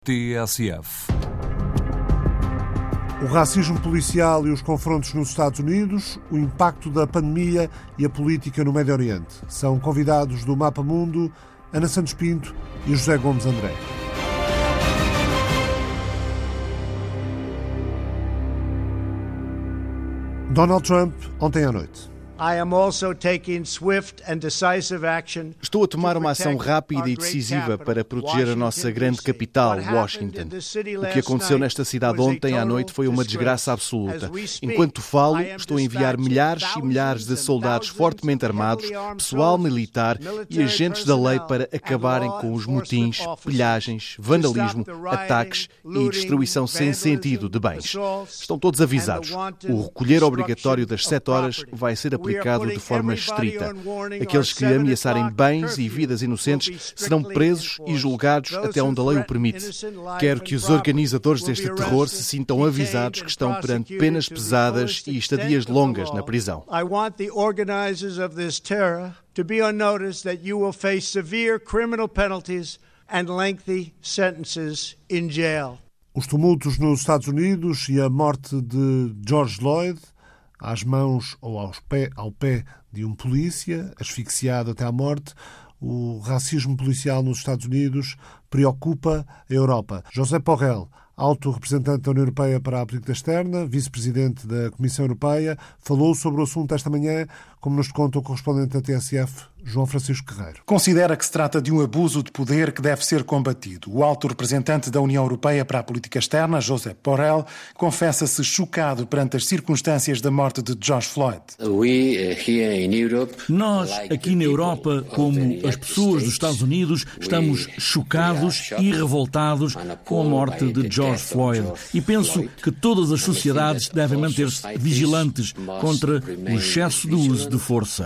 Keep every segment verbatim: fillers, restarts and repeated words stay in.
T S F. O racismo policial e os confrontos nos Estados Unidos, o impacto da pandemia e a política no Médio Oriente. São convidados do Mapa Mundo Ana Santos Pinto e José Gomes André. Donald Trump, ontem à noite. Estou a tomar uma ação rápida e decisiva para proteger a nossa grande capital, Washington. O que aconteceu nesta cidade ontem à noite foi uma desgraça absoluta. Enquanto falo, estou a enviar milhares e milhares de soldados fortemente armados, pessoal militar e agentes da lei para acabarem com os motins, pilhagens, vandalismo, ataques e destruição sem sentido de bens. Estão todos avisados. O recolher obrigatório das sete horas vai ser aplicado de forma estrita. Aqueles que ameaçarem bens e vidas inocentes serão presos e julgados até onde a lei o permite. Quero que os organizadores deste terror se sintam avisados que estão perante penas pesadas e estadias longas na prisão. To be on notice that you will face severe criminal penalties and lengthy sentences in jail. Os tumultos nos Estados Unidos e a morte de George Floyd, às mãos ou aos pé, ao pé de um polícia, asfixiado até à morte. O racismo policial nos Estados Unidos preocupa a Europa. José Borrell, alto representante da União Europeia para a Política Externa, vice-presidente da Comissão Europeia, falou sobre o assunto esta manhã, como nos conta o correspondente da T S F, João Francisco Guerreiro. Considera que se trata de um abuso de poder que deve ser combatido. O alto representante da União Europeia para a Política Externa, José Borrell, confessa-se chocado perante as circunstâncias da morte de George Floyd. Nós, aqui na Europa, como as pessoas dos Estados Unidos, estamos chocados e revoltados com a morte de George Floyd. E penso que todas as sociedades devem manter-se vigilantes contra o excesso do uso de força.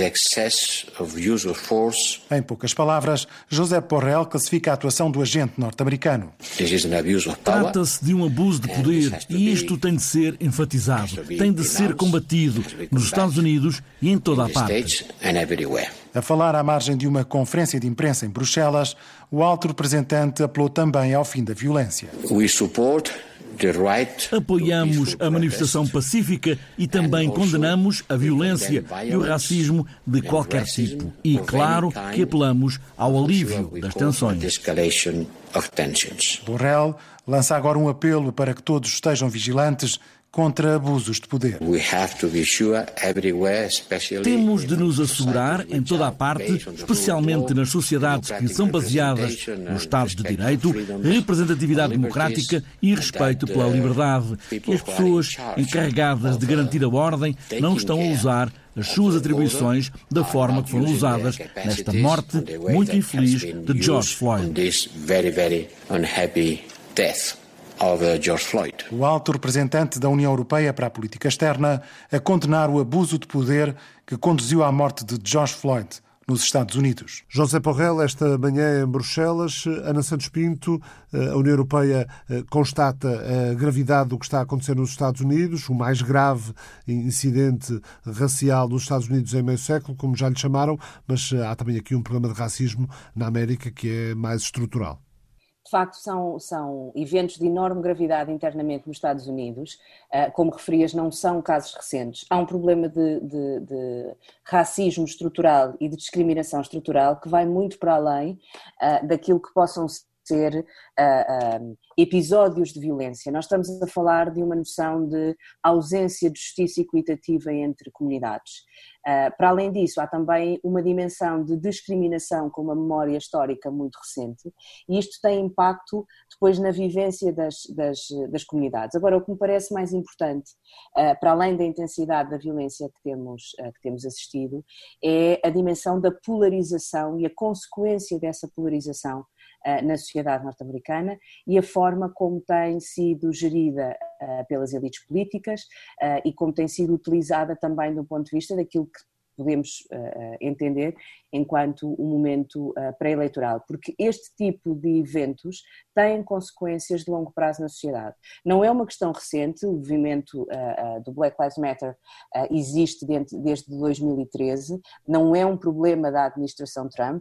Em poucas palavras, José Borrell classifica a atuação do agente norte-americano. Trata-se de um abuso de poder e isto tem de ser enfatizado, tem de ser combatido nos Estados Unidos e em toda a parte. A falar à margem de uma conferência de imprensa em Bruxelas, o alto representante apelou também ao fim da violência. Apoiamos a manifestação pacífica e também condenamos a violência e o racismo de qualquer tipo. E, claro, que apelamos ao alívio das tensões. Borrell lança agora um apelo para que todos estejam vigilantes contra abusos de poder. Temos de nos assegurar, em toda a parte, especialmente nas sociedades que são baseadas nos Estados de Direito, representatividade democrática e respeito pela liberdade, que as pessoas encarregadas de garantir a ordem não estão a usar as suas atribuições da forma que foram usadas nesta morte muito infeliz de George Floyd. O alto representante da União Europeia para a Política Externa a condenar o abuso de poder que conduziu à morte de George Floyd nos Estados Unidos. José Borrell, esta manhã em Bruxelas. Ana Santos Pinto, a União Europeia constata a gravidade do que está a acontecer nos Estados Unidos, o mais grave incidente racial nos Estados Unidos em meio século, como já lhe chamaram, mas há também aqui um problema de racismo na América que é mais estrutural. De facto, são, são eventos de enorme gravidade internamente nos Estados Unidos. Como referias, não são casos recentes. Há um problema de, de, de racismo estrutural e de discriminação estrutural que vai muito para além uh, daquilo que possam ser uh, uh, episódios de violência. Nós estamos a falar de uma noção de ausência de justiça equitativa entre comunidades. Uh, para além disso, há também uma dimensão de discriminação com uma memória histórica muito recente e isto tem impacto depois na vivência das, das, das comunidades. Agora, o que me parece mais importante, uh, para além da intensidade da violência que temos, uh, que temos assistido, é a dimensão da polarização e a consequência dessa polarização uh, na sociedade norte-americana e a forma como tem sido gerida uh, pelas elites políticas uh, e como tem sido utilizada também do ponto de vista daquilo que podemos uh, entender enquanto um momento uh, pré-eleitoral, porque este tipo de eventos têm consequências de longo prazo na sociedade. Não é uma questão recente, o movimento uh, uh, do Black Lives Matter uh, existe dentro, desde dois mil e treze, não é um problema da administração Trump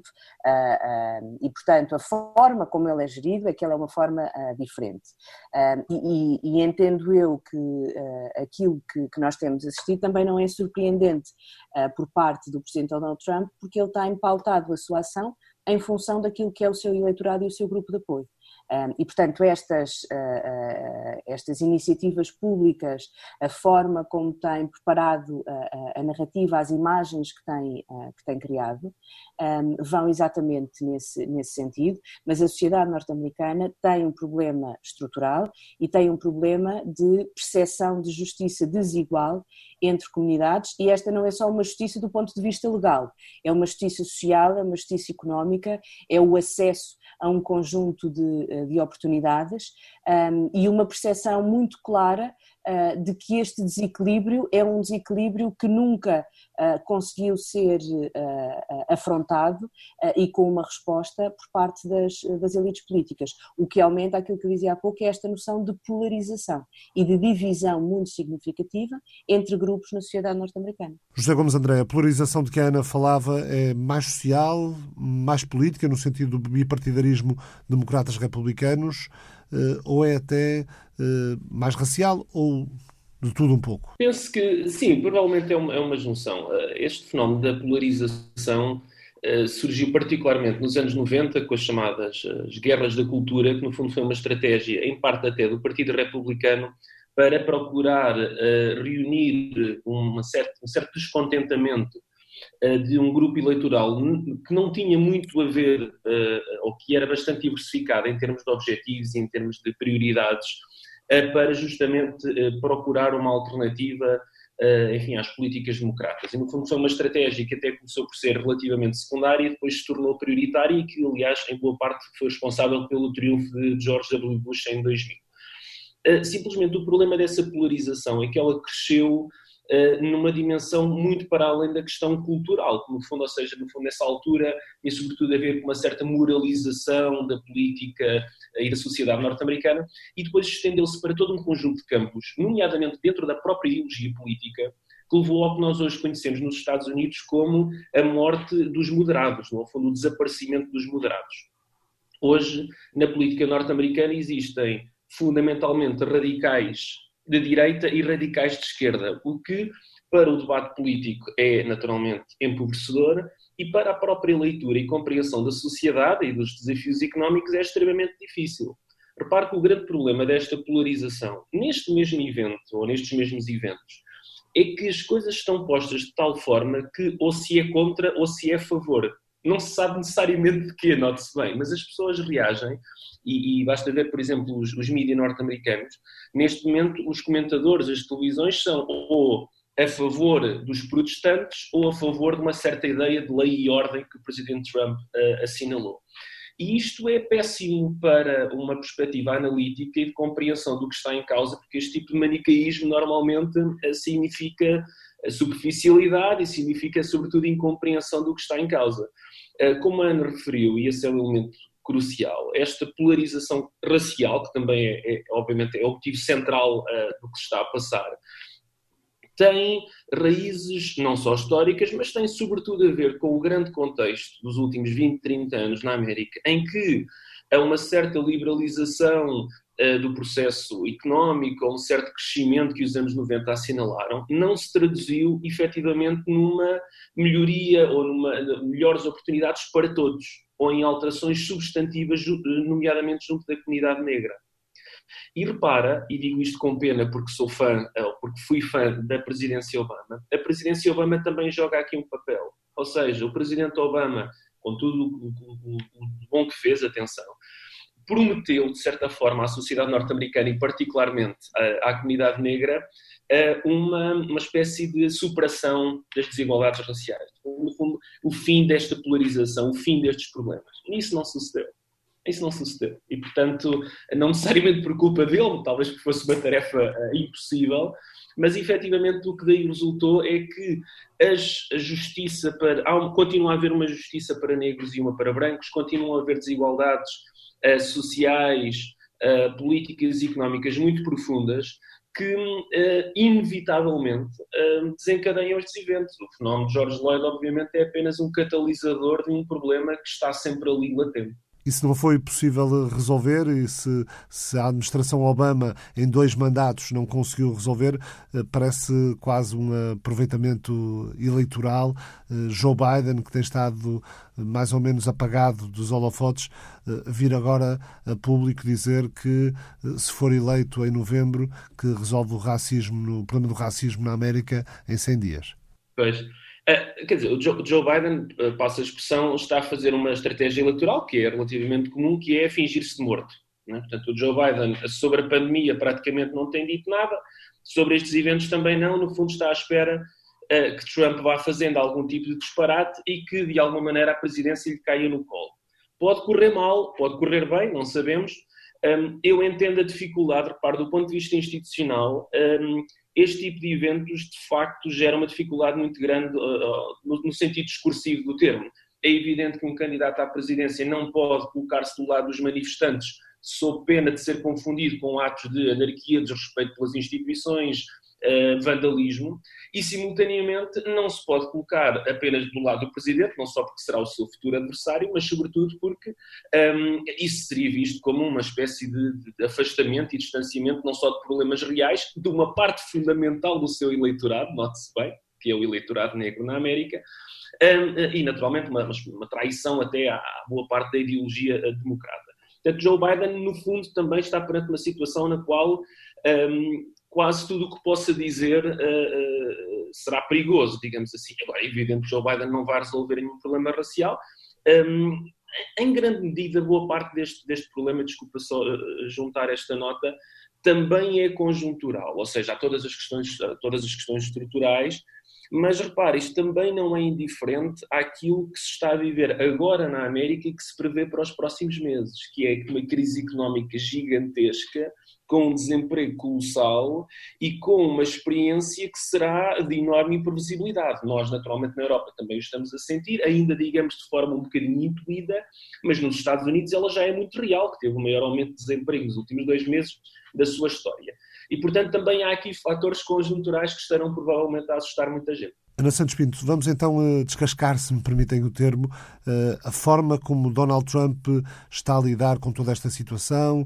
uh, uh, e, portanto, a forma como ele é gerido é que ele é uma forma uh, diferente. Uh, e, e entendo eu que uh, aquilo que, que nós temos assistido também não é surpreendente uh, por parte do presidente Donald Trump, porque ele está empautado a sua ação em função daquilo que é o seu eleitorado e o seu grupo de apoio. Um, e, portanto, estas, uh, uh, estas iniciativas públicas, a forma como tem preparado a, a narrativa, as imagens que tem, uh, que tem criado, um, vão exatamente nesse, nesse sentido, mas a sociedade norte-americana tem um problema estrutural e tem um problema de percepção de justiça desigual entre comunidades, e esta não é só uma justiça do ponto de vista legal, é uma justiça social, é uma justiça económica, é o acesso a um conjunto de, de oportunidades um, e uma percepção muito clara uh, de que este desequilíbrio é um desequilíbrio que nunca uh, conseguiu ser uh, afrontado uh, e com uma resposta por parte das, das elites políticas, o que aumenta aquilo que eu dizia há pouco, é esta noção de polarização e de divisão muito significativa entre grupos na sociedade norte-americana. José Gomes André, a polarização de que a Ana falava é mais social, mais política, no sentido do bipartidarismo democratas-republicanos, ou é até mais racial, ou de tudo um pouco? Penso que, sim, provavelmente é uma, é uma junção. Este fenómeno da polarização surgiu particularmente nos anos noventa, com as chamadas as guerras da cultura, que no fundo foi uma estratégia, em parte até do Partido Republicano, para procurar uh, reunir uma certa, um certo descontentamento uh, de um grupo eleitoral que não tinha muito a ver, uh, ou que era bastante diversificado em termos de objetivos e em termos de prioridades, uh, para justamente uh, procurar uma alternativa uh, enfim, às políticas democratas. E no fundo foi uma estratégia que até começou por ser relativamente secundária e depois se tornou prioritária e que, aliás, em boa parte foi responsável pelo triunfo de George W. Bush em dois mil. Simplesmente o problema dessa polarização é que ela cresceu uh, numa dimensão muito para além da questão cultural, que no fundo, ou seja, no fundo nessa altura tinha sobretudo a ver com uma certa moralização da política e da sociedade norte-americana e depois estendeu-se para todo um conjunto de campos, nomeadamente dentro da própria ideologia política, que levou ao que nós hoje conhecemos nos Estados Unidos como a morte dos moderados, no fundo o desaparecimento dos moderados. Hoje, na política norte-americana existem fundamentalmente radicais de direita e radicais de esquerda, o que para o debate político é naturalmente empobrecedor e para a própria leitura e compreensão da sociedade e dos desafios económicos é extremamente difícil. Repare que o grande problema desta polarização, neste mesmo evento, ou nestes mesmos eventos, é que as coisas estão postas de tal forma que ou se é contra ou se é a favor. Não se sabe necessariamente de quê, note-se bem, mas as pessoas reagem e, e basta ver, por exemplo, os, os mídias norte-americanos. Neste momento, os comentadores das televisões são ou a favor dos protestantes ou a favor de uma certa ideia de lei e ordem que o presidente Trump uh, assinalou. E isto é péssimo para uma perspectiva analítica e de compreensão do que está em causa, porque este tipo de manicaísmo normalmente uh, significa superficialidade e significa, sobretudo, incompreensão do que está em causa. Como a Ana referiu, e esse é um elemento crucial, esta polarização racial, que também é, é obviamente, é o motivo central uh, do que se está a passar, tem raízes não só históricas, mas tem sobretudo a ver com o grande contexto dos últimos vinte, trinta anos na América, em que há uma certa liberalização do processo económico, ou um certo crescimento que os anos noventa assinalaram, não se traduziu efetivamente numa melhoria ou numa melhores oportunidades para todos, ou em alterações substantivas, nomeadamente junto da comunidade negra. E repara, e digo isto com pena porque sou fã, ou porque fui fã da presidência Obama, a presidência Obama também joga aqui um papel. Ou seja, o presidente Obama, com tudo o, o, o bom que fez, atenção, prometeu, de certa forma, à sociedade norte-americana e particularmente à, à comunidade negra uma, uma espécie de superação das desigualdades raciais. No fundo, o fim desta polarização, o fim destes problemas. E isso não sucedeu. Isso não sucedeu. E, portanto, não necessariamente por culpa dele, talvez porque fosse uma tarefa uh, impossível, mas efetivamente o que daí resultou é que as, a justiça para... Há, continua a haver uma justiça para negros e uma para brancos, continuam a haver desigualdades uh, sociais, uh, políticas e económicas muito profundas que, uh, inevitavelmente, uh, desencadeiam estes eventos. O fenómeno de George Floyd, obviamente, é apenas um catalisador de um problema que está sempre ali latente. E se não foi possível resolver, e se, se a administração Obama em dois mandatos não conseguiu resolver, parece quase um aproveitamento eleitoral. Joe Biden, que tem estado mais ou menos apagado dos holofotes, vir agora a público dizer que, se for eleito em novembro, que resolve o racismo, o problema do racismo na América em cem dias. Pois. Uh, quer dizer, o Joe, Joe Biden, uh, passa a expressão, está a fazer uma estratégia eleitoral que é relativamente comum, que é fingir-se de morto. Né? Portanto, o Joe Biden, sobre a pandemia, praticamente não tem dito nada, sobre estes eventos também não, no fundo está à espera uh, que Trump vá fazendo algum tipo de disparate e que, de alguma maneira, a presidência lhe caia no colo. Pode correr mal, pode correr bem, não sabemos. Um, eu entendo a dificuldade, reparo, do ponto de vista institucional, um, este tipo de eventos, de facto, gera uma dificuldade muito grande uh, uh, no, no sentido discursivo do termo. É evidente que um candidato à presidência não pode colocar-se do lado dos manifestantes sob pena de ser confundido com atos de anarquia, desrespeito pelas instituições, uh, vandalismo, e, simultaneamente, não se pode colocar apenas do lado do presidente, não só porque será o seu futuro adversário, mas, sobretudo, porque um, isso seria visto como uma espécie de, de afastamento e distanciamento não só de problemas reais, de uma parte fundamental do seu eleitorado, note-se bem, que é o eleitorado negro na América, um, e, naturalmente, uma, uma traição até à boa parte da ideologia democrata. Portanto, Joe Biden, no fundo, também está perante uma situação na qual um, quase tudo o que possa dizer uh, uh, será perigoso, digamos assim. Agora, é evidente que Joe Biden não vai resolver nenhum problema racial. Um, em grande medida, boa parte deste, deste problema, desculpa só uh, juntar esta nota, também é conjuntural, ou seja, há todas as questões, todas as questões estruturais, mas repare, isto também não é indiferente àquilo que se está a viver agora na América e que se prevê para os próximos meses, que é uma crise económica gigantesca, com um desemprego colossal e com uma experiência que será de enorme imprevisibilidade. Nós, naturalmente, na Europa também o estamos a sentir, ainda, digamos, de forma um bocadinho intuída, mas nos Estados Unidos ela já é muito real, que teve o maior aumento de desemprego nos últimos dois meses da sua história. E, portanto, também há aqui fatores conjunturais que estarão provavelmente a assustar muita gente. Ana Santos Pinto, vamos então descascar, se me permitem o termo, a forma como Donald Trump está a lidar com toda esta situação,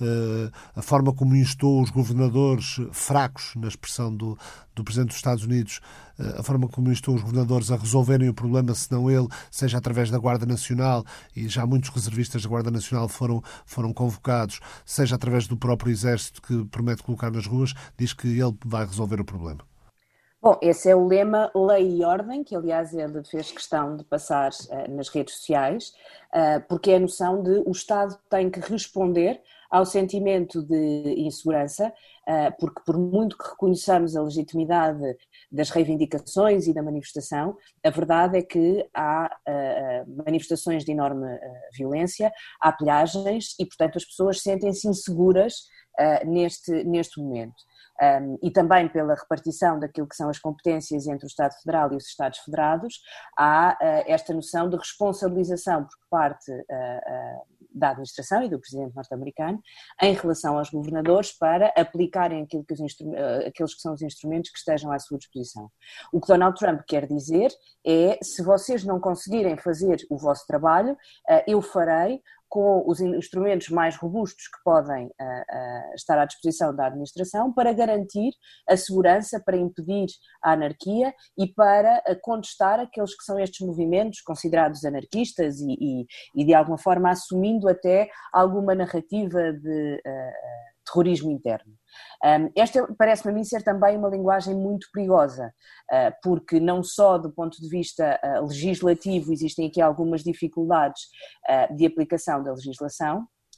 a forma como instou os governadores fracos, na expressão do, do Presidente dos Estados Unidos, a forma como instou os governadores a resolverem o problema, se não ele, seja através da Guarda Nacional, e já muitos reservistas da Guarda Nacional foram, foram convocados, seja através do próprio Exército, que promete colocar nas ruas, diz que ele vai resolver o problema. Bom, esse é o lema Lei e Ordem, que aliás ele fez questão de passar uh, nas redes sociais, uh, porque é a noção de o Estado tem que responder ao sentimento de insegurança, uh, porque por muito que reconheçamos a legitimidade das reivindicações e da manifestação, a verdade é que há uh, manifestações de enorme uh, violência, há pilhagens e, portanto, as pessoas sentem-se inseguras uh, neste, neste momento. Um, e também pela repartição daquilo que são as competências entre o Estado Federal e os Estados Federados, há uh, esta noção de responsabilização por parte uh, uh, da administração e do Presidente norte-americano em relação aos governadores para aplicarem aquilo que os instru- uh, aqueles que são os instrumentos que estejam à sua disposição. O que Donald Trump quer dizer é, se vocês não conseguirem fazer o vosso trabalho, uh, eu farei com os instrumentos mais robustos que podem uh, uh, estar à disposição da administração para garantir a segurança, para impedir a anarquia e para uh, contestar aqueles que são estes movimentos considerados anarquistas e, e, e de alguma forma assumindo até alguma narrativa de uh, terrorismo interno. Um, esta parece-me a mim ser também uma linguagem muito perigosa, uh, porque não só do ponto de vista uh, legislativo existem aqui algumas dificuldades uh, de aplicação da legislação,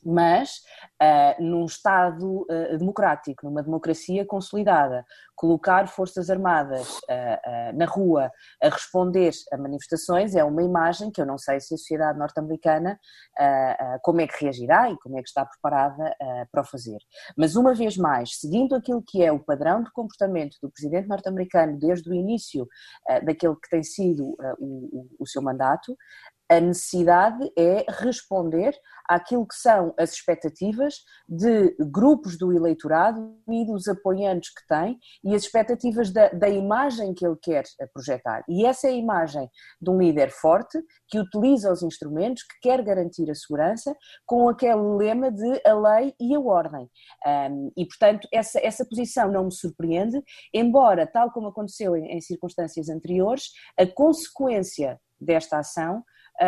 Mas, uh, num Estado uh, democrático, numa democracia consolidada, colocar forças armadas uh, uh, na rua a responder a manifestações é uma imagem que eu não sei se a sociedade norte-americana uh, uh, como é que reagirá e como é que está preparada uh, para o fazer. Mas, uma vez mais, seguindo aquilo que é o padrão de comportamento do presidente norte-americano desde o início uh, daquele que tem sido uh, o, o seu mandato, a necessidade é responder àquilo que são as expectativas de grupos do eleitorado e dos apoiantes que tem e as expectativas da, da imagem que ele quer projetar. E essa é a imagem de um líder forte que utiliza os instrumentos, que quer garantir a segurança com aquele lema de a lei e a ordem. Um, e, portanto, essa, essa posição não me surpreende, embora, tal como aconteceu em, em circunstâncias anteriores, a consequência desta ação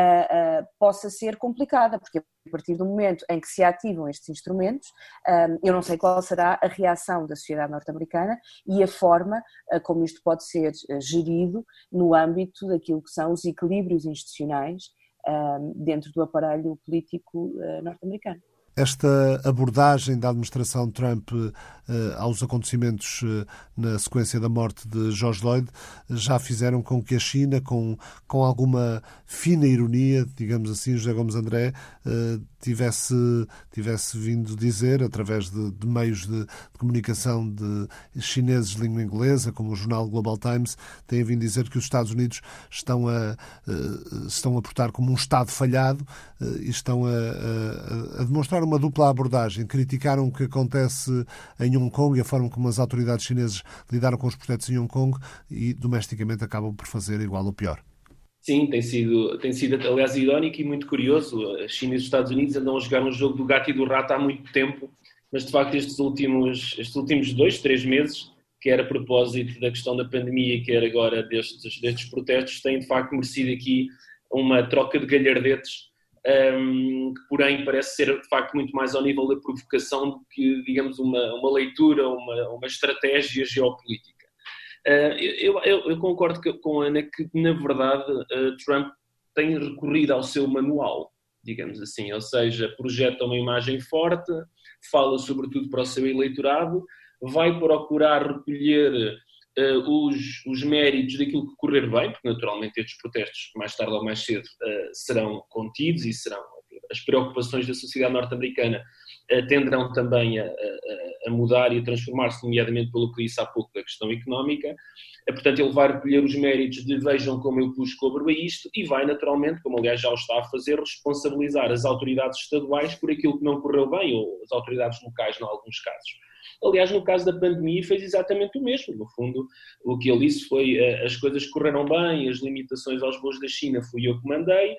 Uh, uh, possa ser complicada, porque a partir do momento em que se ativam estes instrumentos, uh, eu não sei qual será a reação da sociedade norte-americana e a forma uh, como isto pode ser uh, gerido no âmbito daquilo que são os equilíbrios institucionais uh, dentro do aparelho político uh, norte-americano. Esta abordagem da administração Trump uh, aos acontecimentos uh, na sequência da morte de George Floyd já fizeram com que a China, com, com alguma fina ironia, digamos assim, José Gomes André, uh, tivesse, tivesse vindo dizer, através de, de meios de, de comunicação de chineses de língua inglesa, como o jornal Global Times, tem vindo dizer que os Estados Unidos estão a, uh, estão a portar como um Estado falhado uh, e estão a, a, a demonstrar uma dupla abordagem. Criticaram o que acontece em Hong Kong e a forma como as autoridades chinesas lidaram com os protestos em Hong Kong e, domesticamente, acabam por fazer igual ou pior. Sim, tem sido, tem sido, aliás, irónico e muito curioso. A China e os Estados Unidos andam a jogar um jogo do gato e do rato há muito tempo, mas, de facto, estes últimos, estes últimos dois, três meses, quer a propósito da questão da pandemia, quer agora destes, destes protestos, têm, de facto, merecido aqui uma troca de galhardetes, Um, que porém parece ser de facto muito mais ao nível da provocação do que, digamos, uma, uma leitura, uma, uma estratégia geopolítica. Uh, eu, eu, eu concordo com a Ana que, na verdade, uh, Trump tem recorrido ao seu manual, digamos assim, ou seja, projeta uma imagem forte, fala sobretudo para o seu eleitorado, vai procurar recolher Uh, os, os méritos daquilo que correr bem, porque naturalmente estes protestos, mais tarde ou mais cedo, uh, serão contidos e serão as preocupações da sociedade norte-americana uh, tenderão também a, a, a mudar e a transformar-se, nomeadamente pelo que disse há pouco da questão económica. Uh, portanto, ele vai recolher os méritos de vejam como eu pus cobro a isto e vai naturalmente, como aliás já o está a fazer, responsabilizar as autoridades estaduais por aquilo que não correu bem, ou as autoridades locais em alguns casos. Aliás, no caso da pandemia fez exatamente o mesmo. No fundo, o que ele disse foi uh, as coisas correram bem, as limitações aos voos da China fui eu que mandei,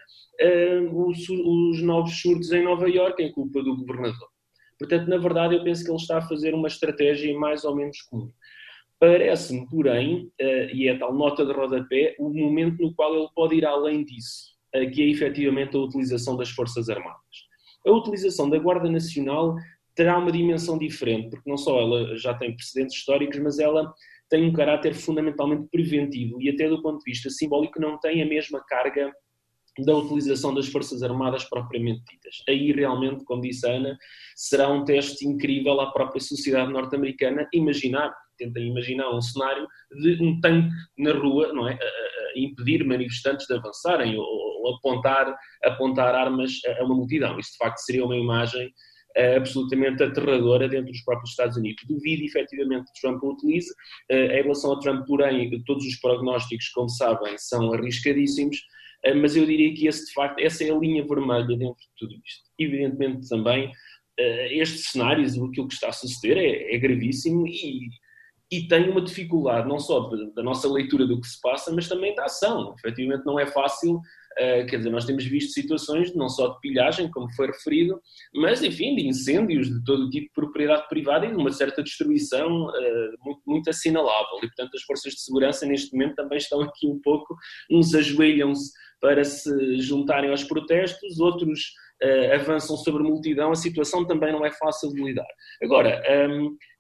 uh, os, os novos surtos em Nova Iorque é culpa do governador. Portanto, na verdade, eu penso que ele está a fazer uma estratégia mais ou menos comum. Parece-me, porém, uh, e é a tal nota de rodapé, o momento no qual ele pode ir além disso, uh, que é efetivamente a utilização das Forças Armadas. A utilização da Guarda Nacional terá uma dimensão diferente, porque não só ela já tem precedentes históricos, mas ela tem um caráter fundamentalmente preventivo e até do ponto de vista simbólico não tem a mesma carga da utilização das Forças Armadas propriamente ditas. Aí realmente, como disse a Ana, será um teste incrível à própria sociedade norte-americana imaginar, tentem imaginar um cenário de um tanque na rua, não é? A, a impedir manifestantes de avançarem ou, ou apontar, apontar armas a, a uma multidão. Isso de facto seria uma imagem absolutamente aterradora dentro dos próprios Estados Unidos. Duvido efetivamente que Trump o utilize. Em relação a Trump, porém, todos os prognósticos, como sabem, são arriscadíssimos, mas eu diria que esse, de facto, essa é a linha vermelha dentro de tudo isto. Evidentemente também, estes cenários, aquilo que está a suceder é, é gravíssimo e, e tem uma dificuldade não só da nossa leitura do que se passa, mas também da ação. Efetivamente não é fácil. Uh, quer dizer, nós temos visto situações não só de pilhagem, como foi referido, mas, enfim, de incêndios, de todo o tipo de propriedade privada e de uma certa destruição uh, muito, muito assinalável. E, portanto, as forças de segurança, neste momento, também estão aqui um pouco, uns ajoelham-se para se juntarem aos protestos, outros uh, avançam sobre a multidão. A situação também não é fácil de lidar. Agora, um,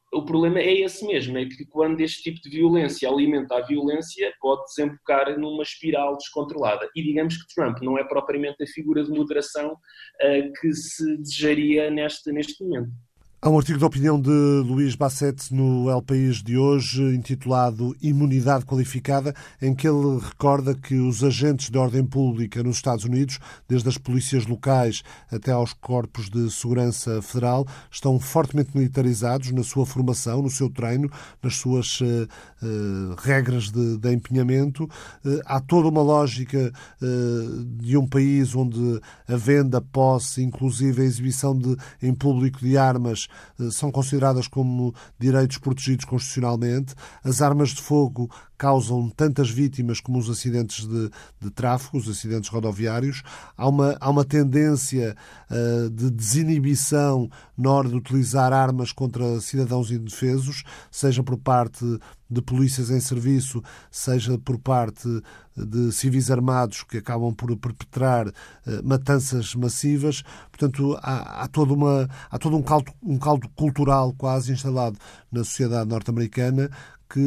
o problema é esse mesmo, é que quando este tipo de violência alimenta a violência, pode desembocar numa espiral descontrolada. E digamos que Trump não é propriamente a figura de moderação uh, que se desejaria neste, neste momento. Há um artigo de opinião de Luís Basset no El País de hoje, intitulado Imunidade Qualificada, em que ele recorda que os agentes de ordem pública nos Estados Unidos, desde as polícias locais até aos corpos de segurança federal, estão fortemente militarizados na sua formação, no seu treino, nas suas uh, uh, regras de, de empenhamento. Uh, há toda uma lógica uh, de um país onde a venda, posse, inclusive a exibição de, em público de armas, são consideradas como direitos protegidos constitucionalmente. As armas de fogo causam tantas vítimas como os acidentes de, de tráfego, os acidentes rodoviários. Há uma, há uma tendência uh, de desinibição na hora de utilizar armas contra cidadãos indefesos, seja por parte de polícias em serviço, seja por parte de civis armados que acabam por perpetrar uh, matanças massivas. Portanto, há, há, toda uma, há todo um caldo, um caldo cultural quase instalado na sociedade norte-americana que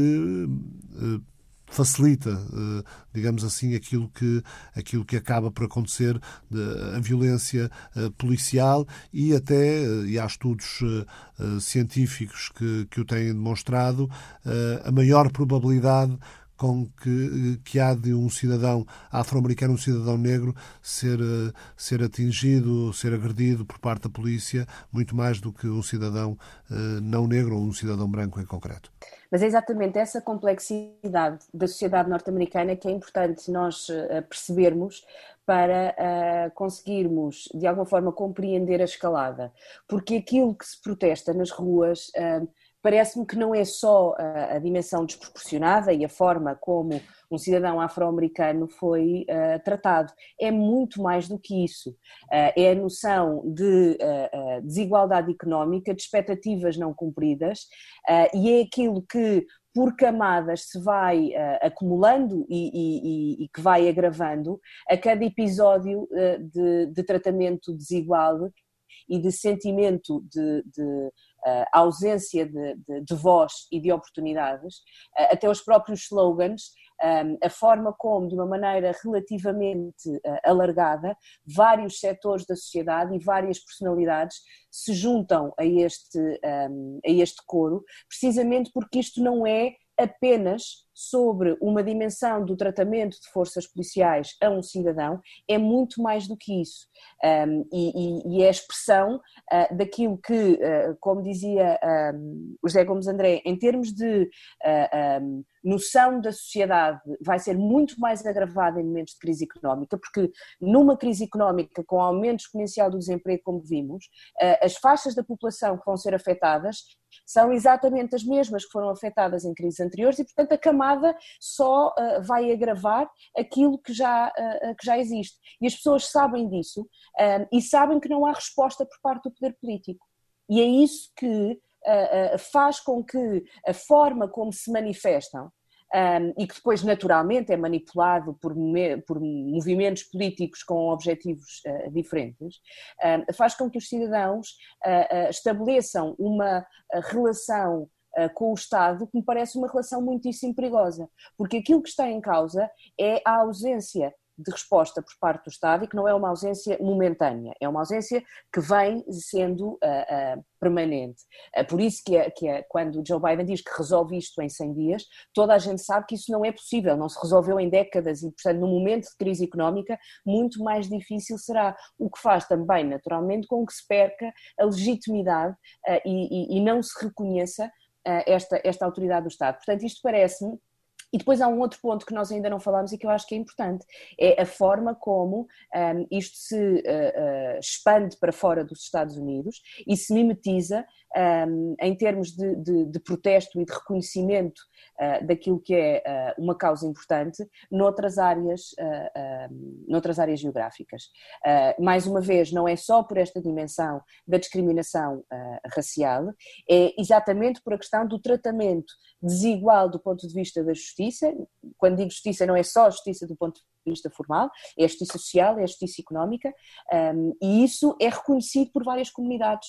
uh, facilita, uh, digamos assim, aquilo que, aquilo que acaba por acontecer, de, a violência uh, policial e até, uh, e há estudos uh, uh, científicos que, que o têm demonstrado, uh, a maior probabilidade com que, que há de um cidadão afro-americano, um cidadão negro, ser, ser atingido, ser agredido por parte da polícia, muito mais do que um cidadão uh, não negro ou um cidadão branco em concreto. Mas é exatamente essa complexidade da sociedade norte-americana que é importante nós uh, percebermos para uh, conseguirmos, de alguma forma, compreender a escalada. Porque aquilo que se protesta nas ruas... Uh, Parece-me que não é só a, a dimensão desproporcionada e a forma como um cidadão afro-americano foi uh, tratado. É muito mais do que isso. Uh, é a noção de uh, uh, desigualdade económica, de expectativas não cumpridas, uh, e é aquilo que por camadas se vai uh, acumulando e, e, e que vai agravando a cada episódio uh, de, de tratamento desigual e de sentimento de, de uh, ausência de, de, de voz e de oportunidades, uh, até os próprios slogans, um, a forma como, de uma maneira relativamente uh, alargada, vários setores da sociedade e várias personalidades se juntam a este, um, a este coro, precisamente porque isto não é apenas sobre uma dimensão do tratamento de forças policiais a um cidadão, é muito mais do que isso. Um, e, e é a expressão uh, daquilo que, uh, como dizia um, o José Gomes André, em termos de uh, um, noção da sociedade, vai ser muito mais agravada em momentos de crise económica, porque numa crise económica com aumento exponencial do desemprego, como vimos, uh, as faixas da população que vão ser afetadas são exatamente as mesmas que foram afetadas em crises anteriores e, portanto, a camada só uh, vai agravar aquilo que já, uh, que já existe. E as pessoas sabem disso um, e sabem que não há resposta por parte do poder político. E é isso que uh, uh, faz com que a forma como se manifestam Um, e que depois naturalmente é manipulado por, me, por movimentos políticos com objetivos uh, diferentes, uh, faz com que os cidadãos uh, uh, estabeleçam uma uh, relação uh, com o Estado que me parece uma relação muitíssimo perigosa, porque aquilo que está em causa é a ausência de resposta por parte do Estado e que não é uma ausência momentânea, é uma ausência que vem sendo uh, uh, permanente. Uh, por isso que, é, que é, quando Joe Biden diz que resolve isto em cem dias, toda a gente sabe que isso não é possível, não se resolveu em décadas e, portanto, num momento de crise económica, muito mais difícil será, o que faz também, naturalmente, com que se perca a legitimidade uh, e, e, e não se reconheça uh, esta, esta autoridade do Estado. Portanto, isto parece-me. E depois há um outro ponto que nós ainda não falámos e que eu acho que é importante, é a forma como um, isto se uh, uh, expande para fora dos Estados Unidos e se mimetiza um, em termos de, de, de protesto e de reconhecimento uh, daquilo que é uh, uma causa importante noutras áreas, uh, uh, noutras áreas geográficas. Uh, mais uma vez, não é só por esta dimensão da discriminação uh, racial, é exatamente por a questão do tratamento desigual do ponto de vista da justiça. Quando digo justiça, não é só a justiça do ponto de vista formal, é a justiça social, é a justiça económica, um, e isso é reconhecido por várias comunidades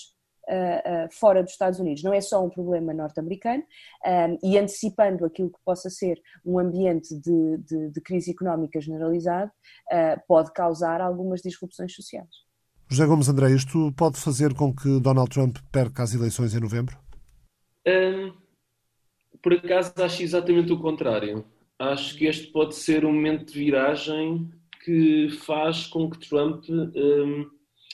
uh, uh, fora dos Estados Unidos. Não é só um problema norte-americano, um, e antecipando aquilo que possa ser um ambiente de, de, de crise económica generalizado, uh, pode causar algumas disrupções sociais. José Gomes André, isto pode fazer com que Donald Trump perca as eleições em novembro? Um, por acaso acho exatamente o contrário. Acho que este pode ser um momento de viragem que faz com que Trump um,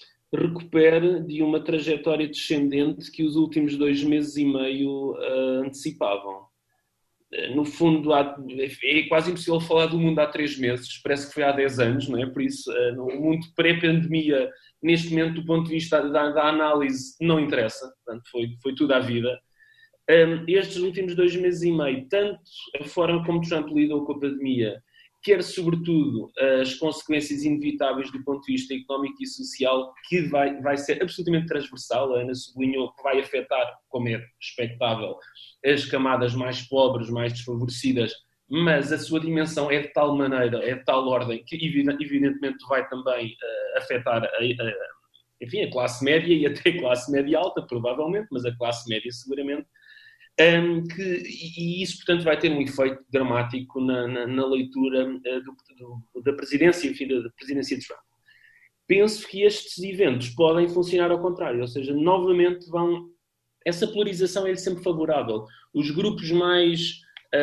recupere de uma trajetória descendente que os últimos dois meses e meio uh, antecipavam. No fundo, há, é quase impossível falar do mundo há três meses, parece que foi há dez anos, não é? Por isso, no mundo pré-pandemia, neste momento, do ponto de vista da, da análise, não interessa, portanto, foi, foi tudo à vida. Um, estes últimos dois meses e meio, tanto a forma como Trump lidou com a pandemia, quer, sobretudo, as consequências inevitáveis do ponto de vista económico e social, que vai, vai ser absolutamente transversal. A Ana sublinhou que vai afetar, como é expectável, as camadas mais pobres, mais desfavorecidas, mas a sua dimensão é de tal maneira, é de tal ordem, que evidentemente vai também uh, afetar a, a, enfim, a classe média e até a classe média alta, provavelmente, mas a classe média seguramente. Um, que, e isso, portanto, vai ter um efeito dramático na, na, na leitura uh, do, do, da presidência, enfim, da, da presidência de Trump. Penso que estes eventos podem funcionar ao contrário, ou seja, novamente vão... Essa polarização é sempre favorável. Os grupos mais,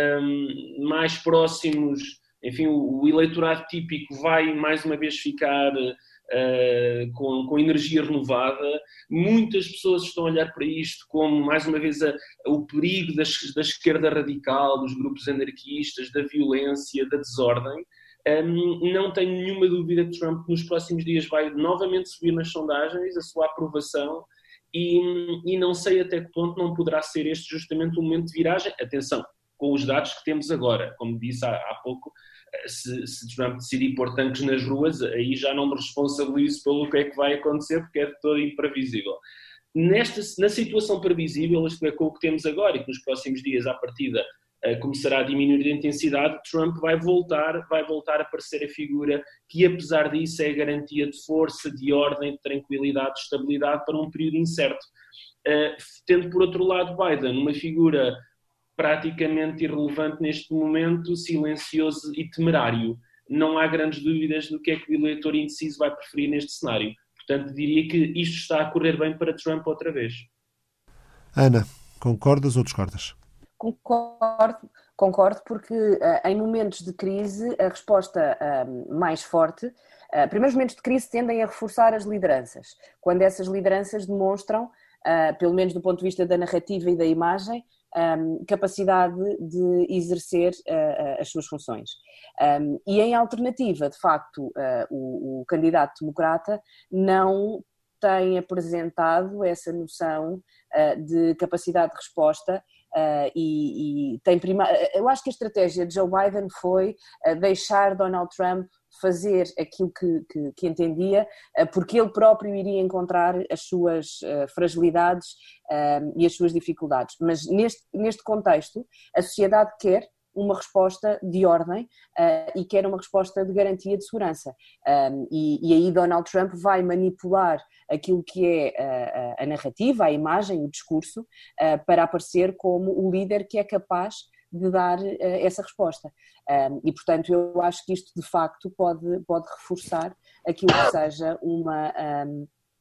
um, mais próximos, enfim, o, o eleitorado típico vai mais uma vez ficar... Uh, com, com energia renovada. Muitas pessoas estão a olhar para isto como, mais uma vez, a, a, o perigo das, da esquerda radical, dos grupos anarquistas, da violência, da desordem. Um, não tenho nenhuma dúvida que Trump nos próximos dias vai novamente subir nas sondagens a sua aprovação e, e não sei até que ponto não poderá ser este justamente um momento de viragem. Atenção, com os dados que temos agora, como disse há, há pouco, Se, se Trump decidir pôr tanques nas ruas, aí já não me responsabilizo pelo que é que vai acontecer, porque é de todo imprevisível. Nesta, na situação previsível, isto é, com o que temos agora, e que nos próximos dias, à partida, uh, começará a diminuir de intensidade, Trump vai voltar, vai voltar a aparecer a figura que, apesar disso, é a garantia de força, de ordem, de tranquilidade, de estabilidade para um período incerto. Uh, tendo, por outro lado, Biden, uma figura praticamente irrelevante neste momento, silencioso e temerário. Não há grandes dúvidas do que é que o eleitor indeciso vai preferir neste cenário. Portanto, diria que isto está a correr bem para Trump outra vez. Ana, concordas ou discordas? Concordo, concordo porque uh, em momentos de crise a resposta uh, mais forte, uh, primeiros momentos de crise tendem a reforçar as lideranças. Quando essas lideranças demonstram, uh, pelo menos do ponto de vista da narrativa e da imagem, Um, capacidade de exercer uh, as suas funções. Um, e em alternativa, de facto, uh, o, o candidato democrata não tem apresentado essa noção uh, de capacidade de resposta uh, e, e tem prima... Eu acho que a estratégia de Joe Biden foi uh, deixar Donald Trump fazer aquilo que, que, que entendia, porque ele próprio iria encontrar as suas uh, fragilidades uh, e as suas dificuldades. Mas neste, neste contexto, a sociedade quer uma resposta de ordem uh, e quer uma resposta de garantia de segurança. Um, e, e aí Donald Trump vai manipular aquilo que é a, a narrativa, a imagem, o discurso, uh, para aparecer como o líder que é capaz de dar uh, essa resposta. Um, e, portanto, eu acho que isto, de facto, pode, pode reforçar aquilo que seja uma um,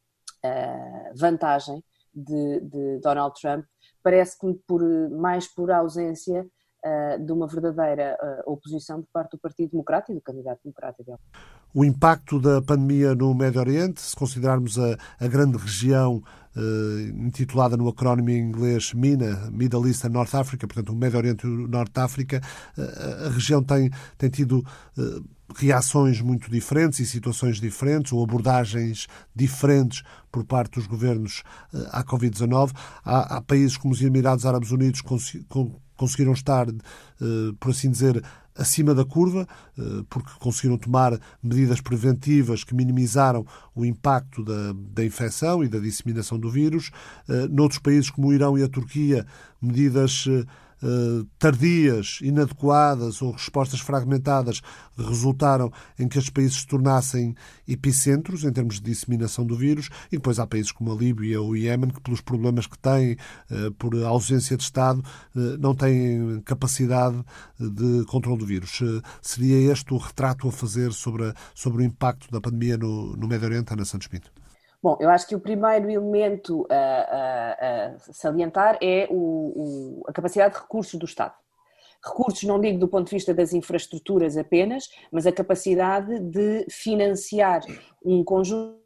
uh, vantagem de, de Donald Trump. Parece-me por, mais por ausência uh, de uma verdadeira uh, oposição por parte do Partido Democrata e do candidato democrata dele. O impacto da pandemia no Médio Oriente, se considerarmos a, a grande região Uh, intitulada no acrónimo em inglês MENA, Middle East and North Africa, portanto o Médio Oriente e o Norte de África, uh, a região tem, tem tido uh, reações muito diferentes e situações diferentes ou abordagens diferentes por parte dos governos uh, à covid dezanove. Há, há países como os Emirados Árabes Unidos que cons- con- conseguiram estar, uh, por assim dizer, acima da curva, porque conseguiram tomar medidas preventivas que minimizaram o impacto da, da infecção e da disseminação do vírus. Noutros países como o Irão e a Turquia, medidas tardias, inadequadas ou respostas fragmentadas resultaram em que estes países se tornassem epicentros em termos de disseminação do vírus, e depois há países como a Líbia ou o Iémen que, pelos problemas que têm, por ausência de Estado, não têm capacidade de controle do vírus. Seria este o retrato a fazer sobre, a, sobre o impacto da pandemia no, no Médio Oriente, Ana Santos Pinto? Bom, eu acho que o primeiro elemento a, a, a salientar é o, o, a capacidade de recursos do Estado. Recursos, não digo do ponto de vista das infraestruturas apenas, mas a capacidade de financiar um conjunto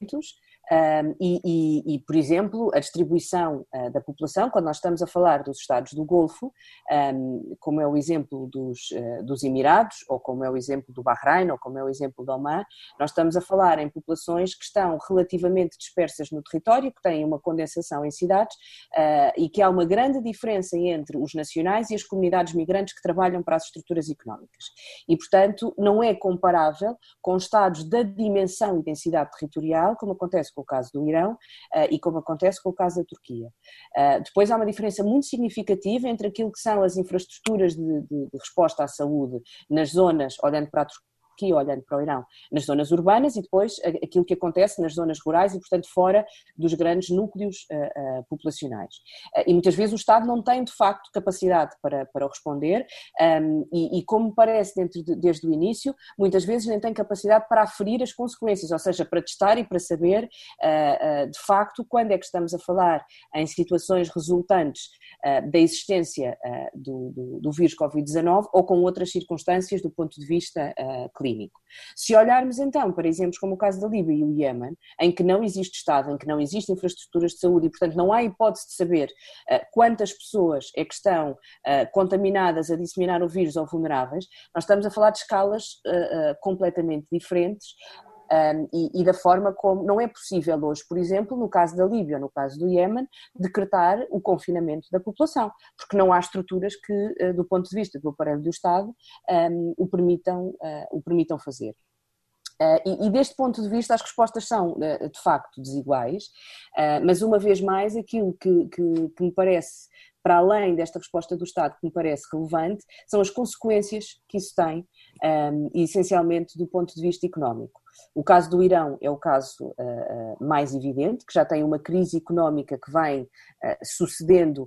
Um, e, e, e, por exemplo, a distribuição uh, da população, quando nós estamos a falar dos Estados do Golfo, um, como é o exemplo dos, uh, dos Emirados, ou como é o exemplo do Bahrein, ou como é o exemplo do Omã, nós estamos a falar em populações que estão relativamente dispersas no território, que têm uma condensação em cidades, uh, e que há uma grande diferença entre os nacionais e as comunidades migrantes que trabalham para as estruturas económicas. E, portanto, não é comparável com Estados da dimensão e densidade territorial, como acontece com o caso do Irão uh, e como acontece com o caso da Turquia. Uh, depois há uma diferença muito significativa entre aquilo que são as infraestruturas de, de, de resposta à saúde nas zonas, olhando para a Turquia, aqui olhando para o Irão, nas zonas urbanas, e depois aquilo que acontece nas zonas rurais e, portanto, fora dos grandes núcleos uh, uh, populacionais. Uh, e muitas vezes o Estado não tem, de facto, capacidade para, para responder um, e, e, como parece dentro de, desde o início, muitas vezes nem tem capacidade para aferir as consequências, ou seja, para testar e para saber, uh, uh, de facto, quando é que estamos a falar em situações resultantes uh, da existência uh, do, do, do vírus covid dezanove ou com outras circunstâncias do ponto de vista uh, clínico. Se olharmos então para exemplos como o caso da Líbia e o Iémen, em que não existe Estado, em que não existem infraestruturas de saúde e, portanto, não há hipótese de saber uh, quantas pessoas é que estão uh, contaminadas a disseminar o vírus ou vulneráveis, nós estamos a falar de escalas uh, uh, completamente diferentes. Um, e, e da forma como não é possível hoje, por exemplo, no caso da Líbia ou no caso do Iémen, decretar o confinamento da população, porque não há estruturas que, uh, do ponto de vista do aparelho do Estado, um, o, permitam, uh, o permitam fazer. Uh, e, e deste ponto de vista as respostas são, uh, de facto, desiguais, uh, mas uma vez mais aquilo que, que, que me parece, para além desta resposta do Estado que me parece relevante, são as consequências que isso tem, um, e essencialmente do ponto de vista económico. O caso do Irão é o caso uh, mais evidente, que já tem uma crise económica que vem uh, sucedendo uh,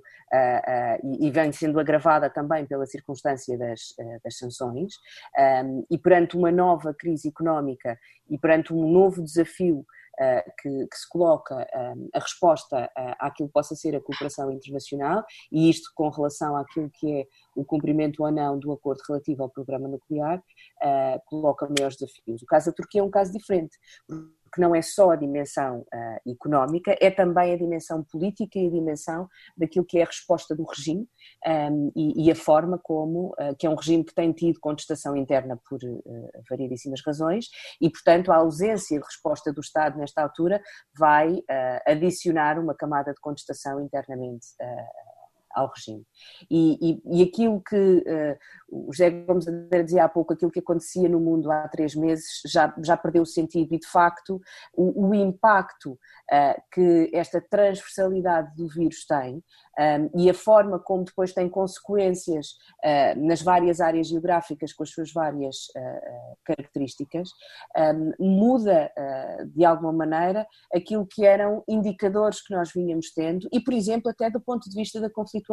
uh, e, e vem sendo agravada também pela circunstância das, uh, das sanções, um, e perante uma nova crise económica e perante um novo desafio Uh, que, que se coloca um, a resposta uh, àquilo que possa ser a cooperação internacional, e isto com relação àquilo que é o cumprimento ou não do acordo relativo ao programa nuclear, uh, coloca maiores desafios. O caso da Turquia é um caso diferente, porque não é só a dimensão uh, económica, é também a dimensão política e a dimensão daquilo que é a resposta do regime um, e, e a forma como, uh, que é um regime que tem tido contestação interna por uh, variedíssimas razões, e portanto a ausência de resposta do Estado nesta altura vai uh, adicionar uma camada de contestação internamente uh, ao regime. E, e, e aquilo que uh, o José Gomes dizia há pouco, aquilo que acontecia no mundo há três meses já, já perdeu o sentido, e de facto o, o impacto uh, que esta transversalidade do vírus tem um, e a forma como depois tem consequências uh, nas várias áreas geográficas com as suas várias uh, características, um, muda uh, de alguma maneira aquilo que eram indicadores que nós vínhamos tendo, e por exemplo até do ponto de vista da conflitualidade.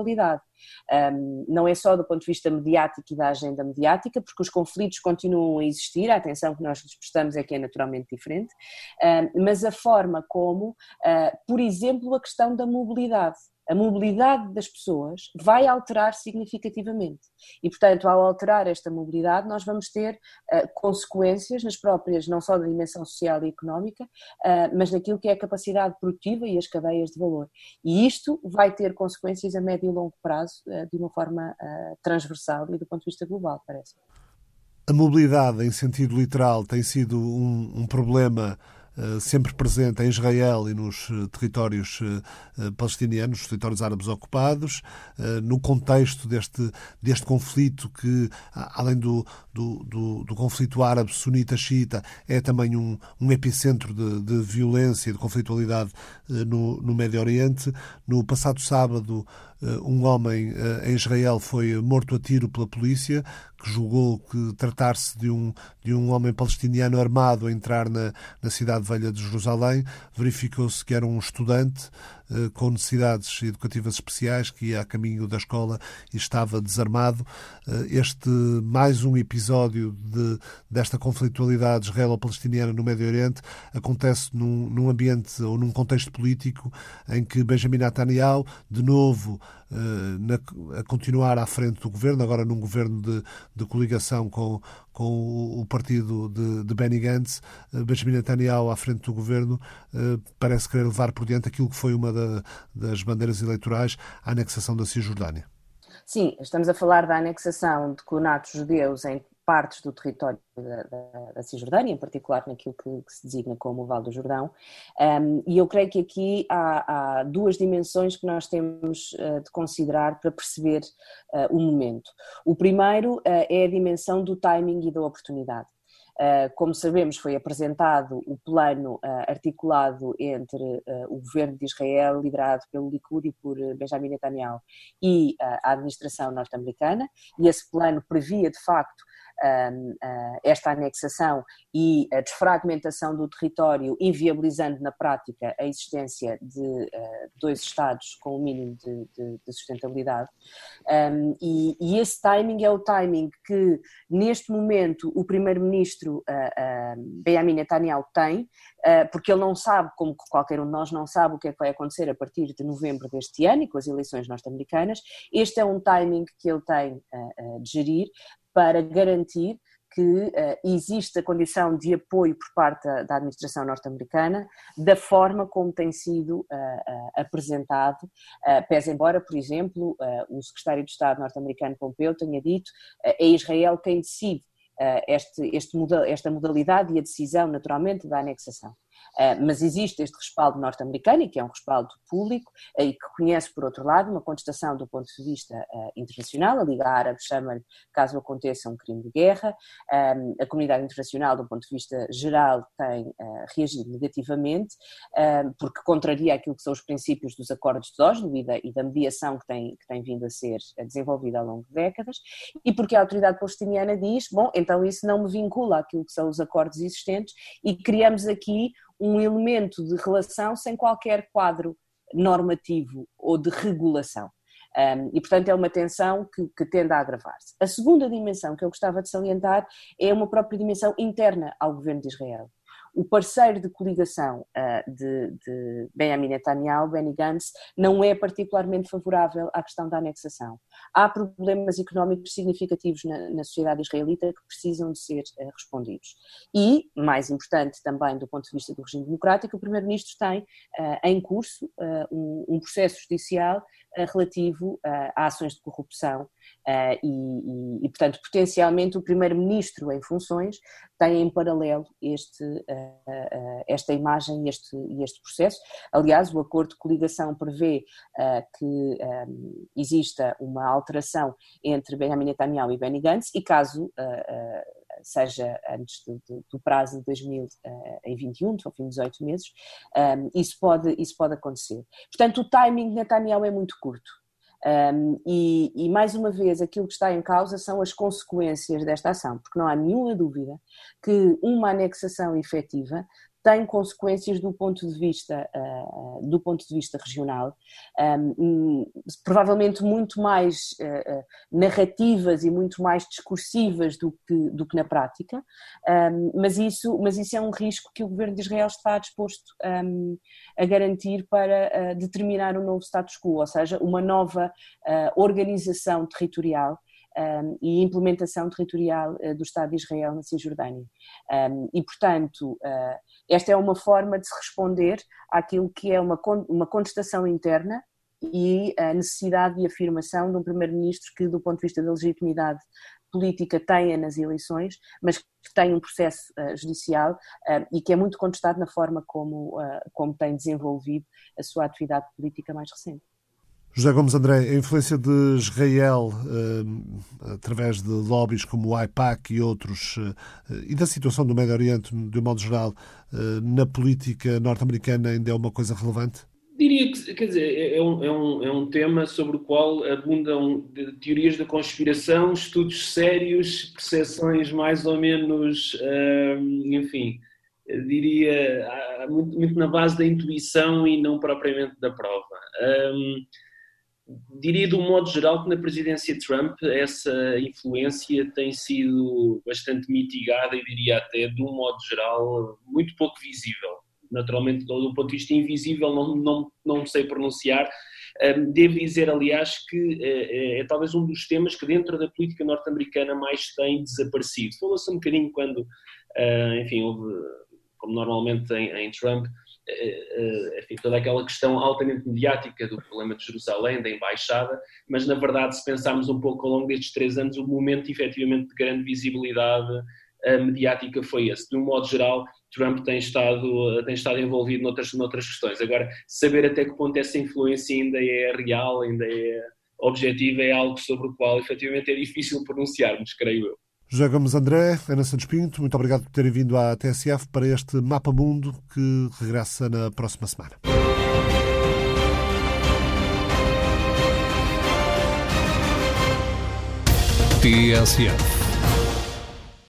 Um, não é só do ponto de vista mediático e da agenda mediática, porque os conflitos continuam a existir, a atenção que nós lhes prestamos é que é naturalmente diferente, um, mas a forma como, uh, por exemplo, a questão da mobilidade. A mobilidade das pessoas vai alterar significativamente e, portanto, ao alterar esta mobilidade nós vamos ter uh, consequências nas próprias, não só da dimensão social e económica, uh, mas naquilo que é a capacidade produtiva e as cadeias de valor. E isto vai ter consequências a médio e longo prazo uh, de uma forma uh, transversal e do ponto de vista global, parece. A mobilidade, em sentido literal, tem sido um, um problema sempre presente em Israel e nos territórios palestinianos, nos territórios árabes ocupados, no contexto deste, deste conflito que, além do, do, do, do conflito árabe sunita-xiita, é também um, um epicentro de, de violência e de conflitualidade no, no Médio Oriente. No passado sábado, um homem em Israel foi morto a tiro pela polícia, que julgou que tratar-se de um, de um homem palestiniano armado a entrar na, na cidade velha de Jerusalém. Verificou-se que era um estudante eh, com necessidades educativas especiais que ia a caminho da escola e estava desarmado. Eh, este mais um episódio de, desta conflitualidade israelo-palestiniana no Médio Oriente acontece num, num ambiente ou num contexto político em que Benjamin Netanyahu, de novo, Na, a continuar à frente do governo, agora num governo de, de coligação com, com o partido de, de Benny Gantz, Benjamin Netanyahu à frente do governo parece querer levar por diante aquilo que foi uma da, das bandeiras eleitorais, a anexação da Cisjordânia. Sim, estamos a falar da anexação de colonatos judeus em partes do território da, da, da Cisjordânia, em particular naquilo que, que se designa como o Vale do Jordão, um, e eu creio que aqui há, há duas dimensões que nós temos uh, de considerar para perceber uh, o momento. O primeiro uh, é a dimensão do timing e da oportunidade. Uh, como sabemos, foi apresentado o plano uh, articulado entre uh, o governo de Israel, liderado pelo Likud e por uh, Benjamin Netanyahu, e uh, a administração norte-americana, e esse plano previa, de facto, Uh, uh, esta anexação e a desfragmentação do território, inviabilizando na prática a existência de uh, dois Estados com o mínimo de, de, de sustentabilidade. Um, e, e esse timing é o timing que, neste momento, o primeiro-ministro uh, uh, Benjamin Netanyahu tem, uh, porque ele não sabe, como qualquer um de nós não sabe o que é que vai acontecer a partir de novembro deste ano e com as eleições norte-americanas. Este é um timing que ele tem uh, uh, de gerir para garantir que uh, existe a condição de apoio por parte da, da administração norte-americana da forma como tem sido uh, uh, apresentado, uh, pese embora, por exemplo, uh, o secretário de Estado norte-americano Pompeo tenha dito uh, é Israel quem decide uh, este, este modal, esta modalidade e a decisão, naturalmente, da anexação. Uh, mas existe este respaldo norte-americano, e que é um respaldo público, uh, e que reconhece, por outro lado, uma contestação do ponto de vista uh, internacional. A Liga Árabe chama-lhe, caso aconteça, um crime de guerra. Um, a comunidade internacional, do ponto de vista geral, tem uh, reagido negativamente, uh, porque contraria aquilo que são os princípios dos acordos de Oslo e da, e da mediação que tem, que tem vindo a ser desenvolvida ao longo de décadas, e porque a autoridade palestiniana diz, bom, então isso não me vincula àquilo que são os acordos existentes, e criamos aqui um elemento de relação sem qualquer quadro normativo ou de regulação. Um, e, portanto, é uma tensão que, que tende a agravar-se. A segunda dimensão que eu gostava de salientar é uma própria dimensão interna ao governo de Israel. O parceiro de coligação uh, de, de Benjamin Netanyahu, Benny Gantz, não é particularmente favorável à questão da anexação. Há problemas económicos significativos na, na sociedade israelita que precisam de ser uh, respondidos. E, mais importante também do ponto de vista do regime democrático, o primeiro-ministro tem uh, em curso uh, um, um processo judicial uh, relativo uh, a ações de corrupção uh, e, e, e, portanto, potencialmente o primeiro-ministro em funções tem em paralelo este, uh, uh, esta imagem e este, este processo. Aliás, o acordo de coligação prevê uh, que um, exista uma alteração entre Benjamin Netanyahu e Benny Gantz, e caso uh, uh, seja antes do, do, do prazo de dois mil e vinte e um, ao fim de dezoito meses, um, isso, pode, isso pode acontecer. Portanto, o timing de Netanyahu é muito curto. Um, e, e mais uma vez aquilo que está em causa são as consequências desta ação, porque não há nenhuma dúvida que uma anexação efetiva tem consequências do ponto de vista, uh, do ponto de vista regional, um, provavelmente muito mais uh, narrativas e muito mais discursivas do que, do que na prática, um, mas, isso, mas isso é um risco que o governo de Israel está disposto um, a garantir para uh, determinar um novo status quo, ou seja, uma nova uh, organização territorial Um, e implementação territorial uh, do Estado de Israel na Cisjordânia. Um, e, portanto, uh, esta é uma forma de se responder àquilo que é uma, con- uma contestação interna e a necessidade de afirmação de um primeiro-ministro que, do ponto de vista da legitimidade política tenha nas eleições, mas que tem um processo uh, judicial uh, e que é muito contestado na forma como, uh, como tem desenvolvido a sua atividade política mais recente. José Gomes André, a influência de Israel uh, através de lobbies como o AIPAC e outros uh, e da situação do Médio Oriente, de um modo geral, uh, na política norte-americana ainda é uma coisa relevante? Diria que, quer dizer, é um, é, um, é um tema sobre o qual abundam teorias da conspiração, estudos sérios, percepções mais ou menos, hum, enfim, diria, muito, muito na base da intuição e não propriamente da prova. Hum, diria, de um modo geral, que na presidência Trump essa influência tem sido bastante mitigada e diria até, de um modo geral, muito pouco visível. Naturalmente, do ponto de vista invisível, não, não, não sei pronunciar. Um, devo dizer, aliás, que é, é talvez um dos temas que dentro da política norte-americana mais tem desaparecido. Falou-se um bocadinho quando, uh, enfim, houve, como normalmente em, em Trump, uh, uh, enfim, toda aquela questão altamente mediática do problema de Jerusalém, da embaixada, mas na verdade, se pensarmos um pouco ao longo destes três anos, o momento efetivamente de grande visibilidade uh, mediática foi esse. De um modo geral, Trump tem estado, tem estado envolvido noutras, noutras questões. Agora, saber até que ponto essa influência ainda é real, ainda é objetiva, é algo sobre o qual efetivamente é difícil pronunciarmos, creio eu. José Gomes André, Ana Santos Pinto, muito obrigado por terem vindo à T S F para este Mapa Mundo que regressa na próxima semana. T S F